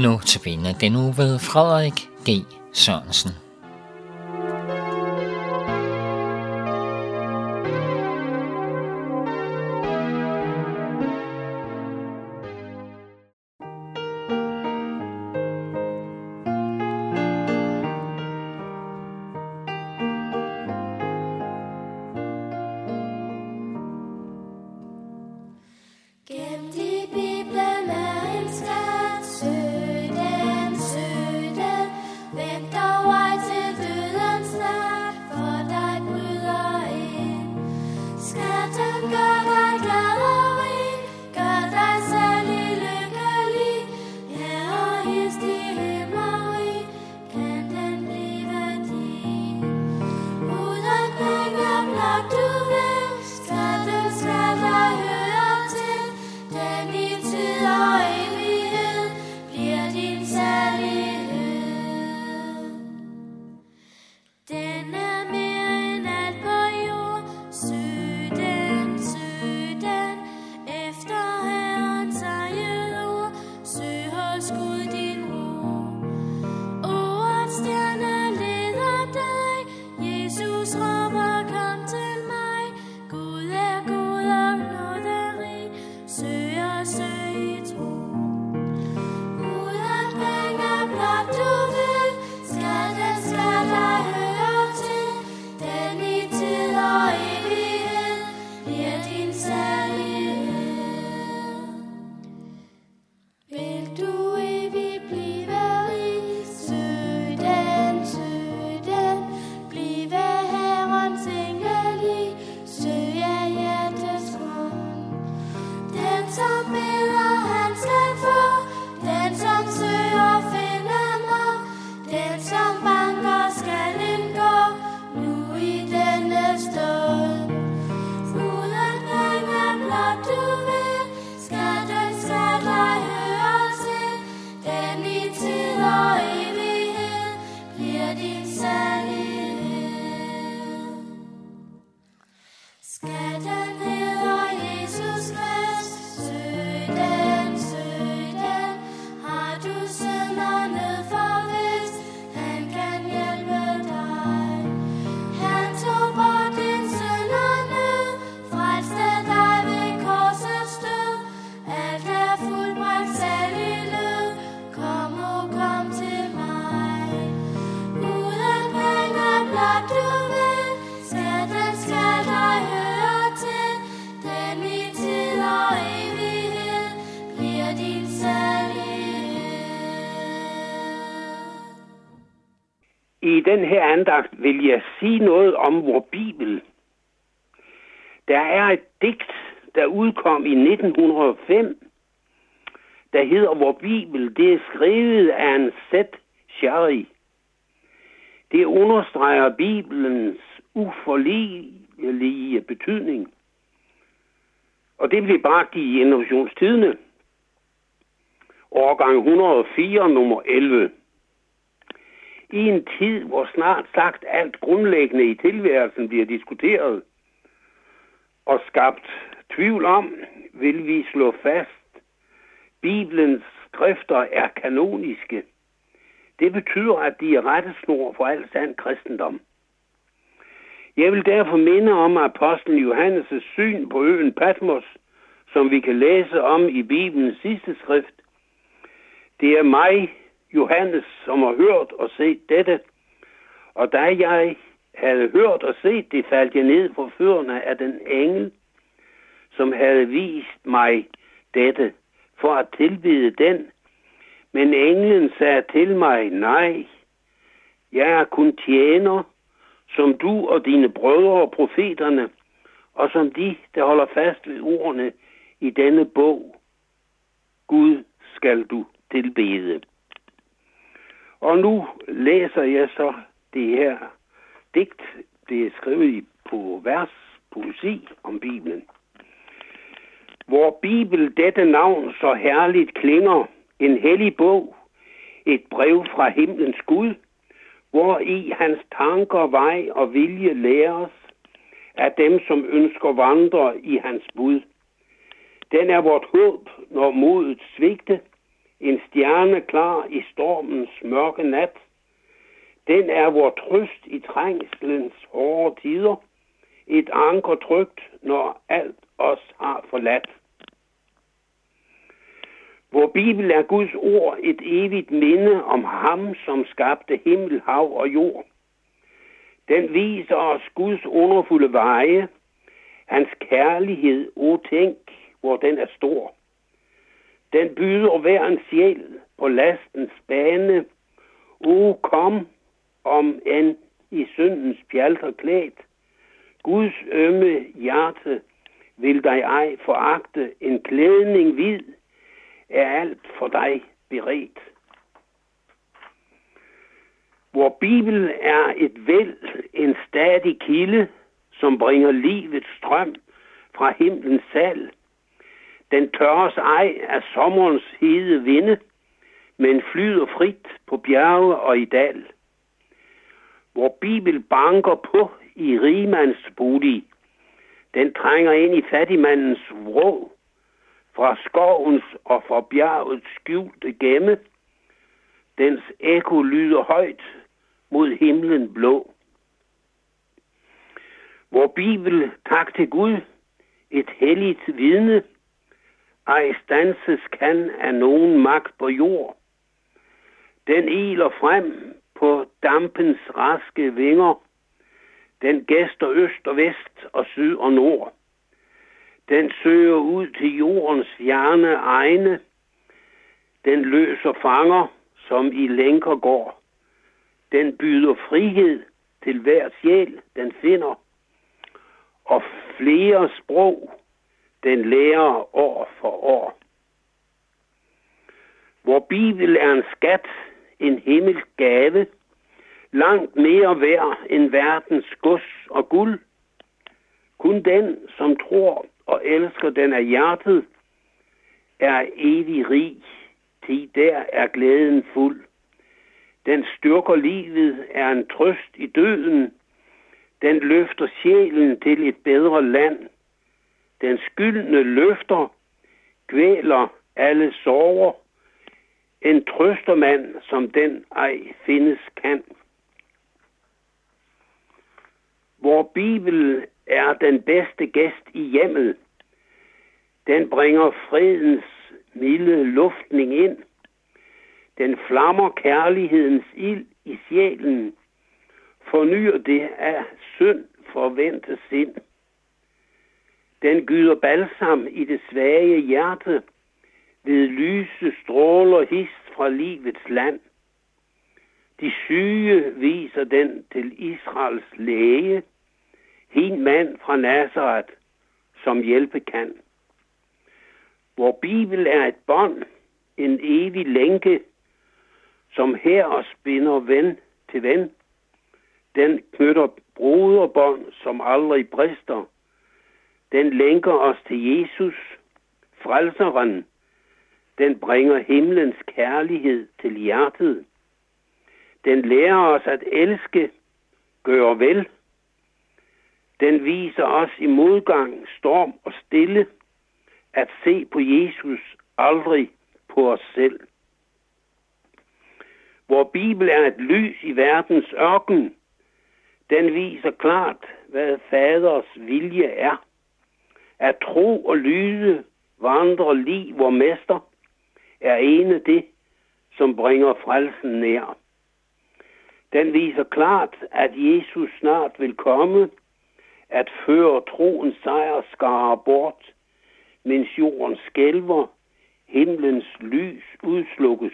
Nu tabiner den uge ved Frederik G. Sørensen. Gemt i Bibelen er en skat, søg den, vent dog ej til dødens nat, for dig bryder ind. Skatten gør dig glad og rig, gør dig særlig lykkelig, her og hist i himmerig, kan den blive din. Uden penge blot du vil, skatten skal dig høre til, den i tid og evighed bliver din særlighed. Den er mere end alt på jord, søg den, efter Herrens eget ord, søg hos Gud din ro. Ordets stjerne leder dig, Jesus råber kom til mig, Gud er god og nåderig, søg og søg i tro. Uden penge blot du vil, skal dig høre til, den i tid og evighed bliver din særlighed. Vil du evigt blive rig, søg den, blive Herrens engel i, søg af hjertets grund. Den som beder, han skal få, den som søger, finder må, den som banker, skal indgå, nu i denne stund. Uden penge blot du vil, skal dig høre til, den i tid og evighed bliver din særlighed. Skatten hedder Jesus Krist, søg den, har du synderne forvist, han kan hjælpe dig. Han tog bort din syndernød, frelste dig ved korsets død, alt er fuldbragt salig lød, kom til mig. Uden penge blot du vil, skatten skal dig høre til, den i tid og evighed bliver din særlighed. I den her andagt vil jeg sige noget om vor Bibel. Der er et digt, der udkom i 1905, der hedder Vor Bibel. Det er skrevet af en Seth Sherry. Det understreger Bibelens uforligelige betydning. Og det blev bragt i Innovationstidene, årgang 104, nummer 11. I en tid, hvor snart sagt alt grundlæggende i tilværelsen bliver diskuteret og skabt tvivl om, vil vi slå fast, Bibelens skrifter er kanoniske. Det betyder, at de er rettesnor for al sand kristendom. Jeg vil derfor minde om apostlen Johannes' syn på øen Patmos, som vi kan læse om i Bibelens sidste skrift. Det er mig, Johannes, som har hørt og set dette, og da jeg havde hørt og set det, faldt jeg ned for fødderne af den engel, som havde vist mig dette, for at tilbede den. Men englen sagde til mig, nej, jeg er kun tjener, som du og dine brødre og profeterne, og som de, der holder fast ved ordene i denne bog. Gud skal du tilbede. Og nu læser jeg så det her digt. Det er skrevet på vers, poesi om Bibelen. Hvor Bibel dette navn så herligt klinger, en hellig bog, et brev fra himlens Gud, hvor i hans tanker, vej og vilje læres af dem, som ønsker vandre i hans bud. Den er vort håb, når modet svigte, en stjerne klar i stormens mørke nat. Den er vor trøst i trængslens hårde tider, et anker trygt, når alt os har forladt. Vor Bibel er Guds ord et evigt minde om ham, som skabte himmel, hav og jord. Den viser os Guds underfulde veje, hans kærlighed, tænk, hvor den er stor. Den byder hver en sjæl på lastens bane. Kom, om end i syndens pjalter klædt. Guds ømme hjerte vil dig ej foragte. En klædning hvid er alt for dig beredt. Vor Bibel er et væld, en stadig kilde, som bringer livets strøm fra himlens sal. Den tørres ej af sommerens hede vinde, men flyder frit på bjerge og i dal. Vor Bibel banker på i rigmands bolig. Den trænger ind i fattigmandens vrå, fra skovens og fra bjergets skjulte gemme. Dens ekko lyder højt mod himlen blå. Vor Bibel, tak til Gud, et helligt vidne, ej standses kan af nogen magt på jord. Den iler frem på dampens raske vinger. Den gæster øst og vest og syd og nord. Den søger ud til jordens fjerne egne. Den løser fanger, som i lænker går. Den byder frihed til hver sjæl, den finder. Og flere sprog, den lærer år for år. Vor Bibel er en skat, en himmelsk gave, langt mere værd end verdens gods og guld. Kun den, som tror og elsker den af hjertet, er evig rig, til der er glæden fuld. Den styrker livet, er en trøst i døden. Den løfter sjælen til et bedre land. Den skyldne løfter, kvæler alle sorger. En trøstermand, som den ej findes kan. Vor Bibel er den bedste gæst i hjemmet. Den bringer fredens milde luftning ind. Den flammer kærlighedens ild i sjælen. Fornyer det af synd forventet sind. Den gyder balsam i det svage hjerte. Ved lyse stråler hist fra livets land. De syge viser den til Israels læge. Hin mand fra Nazaret, som hjælpe kan. Vor Bibel er et bånd, en evig lænke, som her og spinder ven til ven. Den knytter broderbånd, som aldrig brister. Den lænker os til Jesus, frelseren. Den bringer himlens kærlighed til hjertet. Den lærer os at elske, gøre vel. Den viser os i modgang, storm og stille, at se på Jesus, aldrig på os selv. Vor Bibel er et lys i verdens ørken. Den viser klart, hvad faders vilje er. At tro og lyde vandre lig vor mester, er ene det, som bringer frelsen nær. Den viser klart, at Jesus snart vil komme, at føre troens sejrskare bort, mens jorden skælver, himlens lys udslukkes.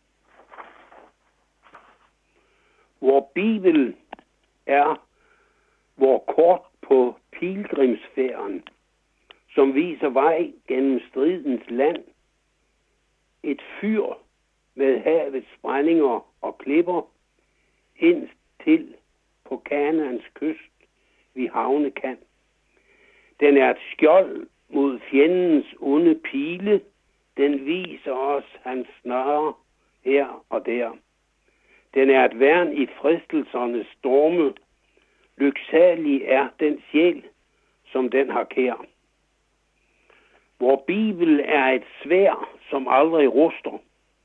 Vor Bibel er vor kort på pilgrimsfærden, som viser vej gennem stridens land. Et fyr med havets brændinger og klipper, ind til på Kanaans kyst vi havne kan. Den er et skjold mod fjendens onde pile. Den viser os hans snøre her og der. Den er et værn i fristelsernes storme. Lyksalig er den sjæl, som den har kær. Vor Bibel er et sværd, som aldrig ruster.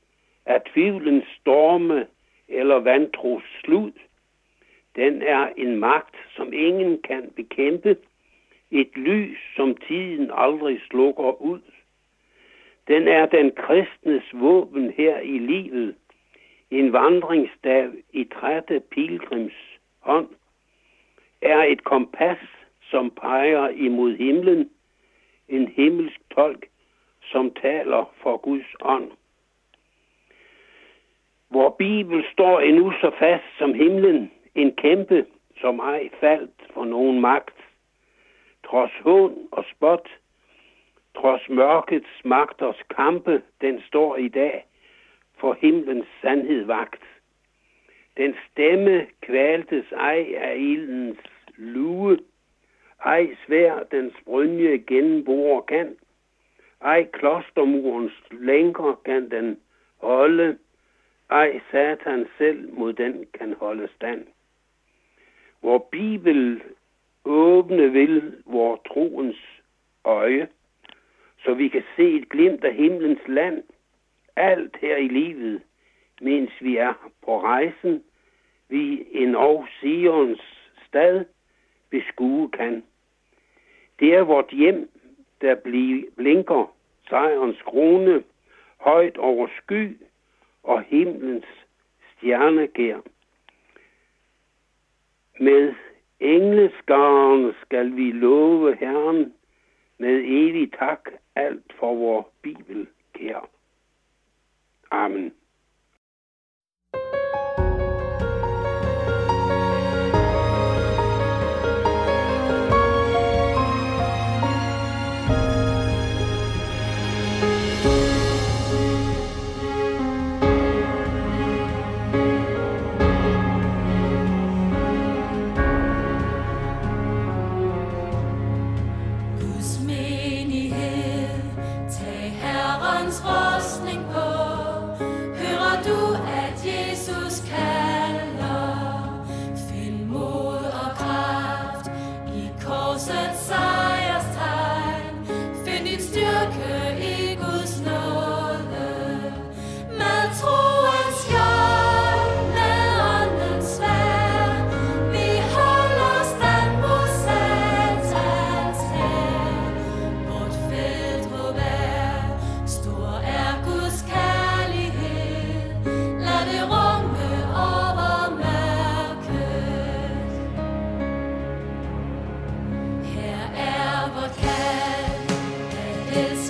af tvivlens storme eller vantros slud. Den er en magt, som ingen kan bekæmpe, et lys, som tiden aldrig slukker ud. Den er den kristnes våben her i livet, en vandringsstav i trætte pilgrims hånd, er et kompas, som peger imod himlen, en himmelsk tolk, som taler for Guds ånd. Vor Bibel står endnu så fast som himlen, en kæmpe, som ej faldt for nogen magt. Trods hån og spot, trods mørkets magters kampe, den står i dag for himlens sandhed vagt. Den stemme kvaltes ej af ildens lue, ej svær dens brynje gennembore kan, ej klostermurens lænker kan den holde, ej Satan selv mod den kan holde stand. Vor Bibel åbne vil vor troens øje, så vi kan se et glimt af himlens land, alt her i livet, mens vi er på rejsen, vi endog Sions stad beskue kan. Det er vort hjem, der blinker sejrens krone, højt over sky og himlens stjernegær. Med engleskaren skal vi love Herren, med evig tak alt for vor Bibel kær. Amen. Elsker